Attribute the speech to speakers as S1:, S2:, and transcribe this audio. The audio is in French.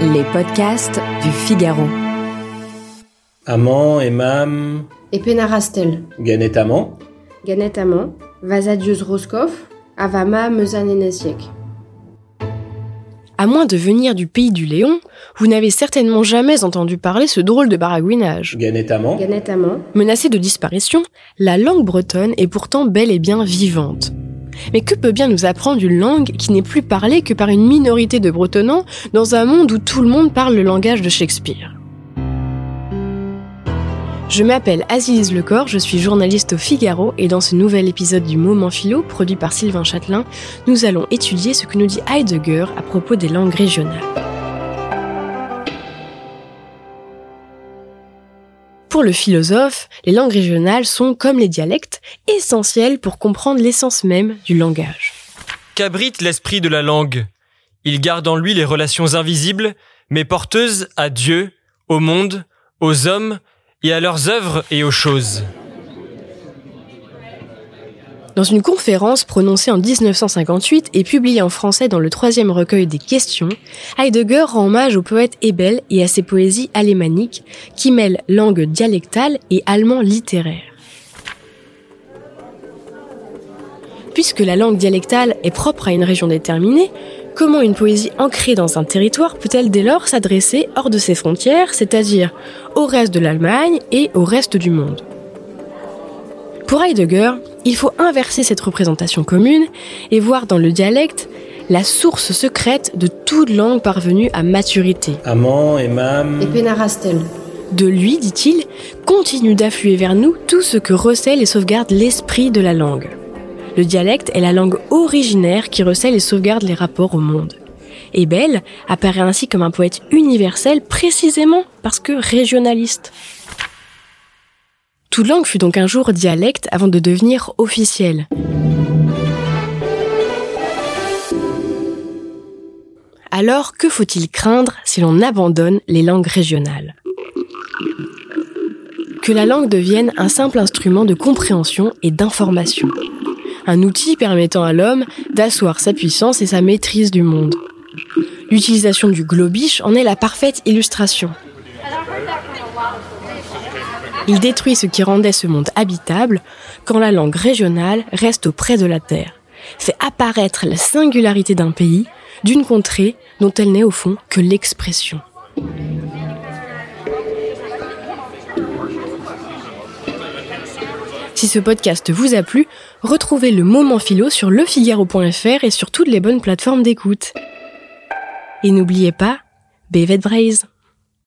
S1: Les podcasts du Figaro.
S2: Amant, Emam...
S3: Epenarastel.
S2: Ganet-amant.
S3: Ganet-amant. Vasadius Roscoff. Avama Mezanenesiek.
S4: À moins de venir du pays du Léon, vous n'avez certainement jamais entendu parler ce drôle de baragouinage.
S2: Ganet-amant.
S3: Ganet-amant.
S4: Menacée de disparition, la langue bretonne est pourtant bel et bien vivante. Mais que peut bien nous apprendre une langue qui n'est plus parlée que par une minorité de bretonnants dans un monde où tout le monde parle le langage de Shakespeare ? Je m'appelle Aziz Lecor, je suis journaliste au Figaro et dans ce nouvel épisode du Moment Philo, produit par Sylvain Châtelain, nous allons étudier ce que nous dit Heidegger à propos des langues régionales. Pour le philosophe, les langues régionales sont, comme les dialectes, essentielles pour comprendre l'essence même du langage.
S5: Qu'abrite l'esprit de la langue ? Il garde en lui les relations invisibles, mais porteuses à Dieu, au monde, aux hommes et à leurs œuvres et aux choses.
S4: Dans une conférence prononcée en 1958 et publiée en français dans le 3e recueil des Questions, Heidegger rend hommage au poète Hebel et à ses poésies alémaniques qui mêlent langue dialectale et allemand littéraire. Puisque la langue dialectale est propre à une région déterminée, comment une poésie ancrée dans un territoire peut-elle dès lors s'adresser hors de ses frontières, c'est-à-dire au reste de l'Allemagne et au reste du monde ? Pour Heidegger, il faut inverser cette représentation commune et voir dans le dialecte la source secrète de toute langue parvenue à maturité.
S2: Amant, Emam...
S3: Epenarastel.
S4: De lui, dit-il, continue d'affluer vers nous tout ce que recèle et sauvegarde l'esprit de la langue. Le dialecte est la langue originaire qui recèle et sauvegarde les rapports au monde. Hebel apparaît ainsi comme un poète universel précisément parce que régionaliste. Toute langue fut donc un jour dialecte avant de devenir officielle. Alors, que faut-il craindre si l'on abandonne les langues régionales ? Que la langue devienne un simple instrument de compréhension et d'information. Un outil permettant à l'homme d'asseoir sa puissance et sa maîtrise du monde. L'utilisation du globish en est la parfaite illustration. Il détruit ce qui rendait ce monde habitable quand la langue régionale reste auprès de la terre, fait apparaître la singularité d'un pays, d'une contrée dont elle n'est au fond que l'expression. Si ce podcast vous a plu, retrouvez le Moment Philo sur lefigaro.fr et sur toutes les bonnes plateformes d'écoute. Et n'oubliez pas, Bevet Braise.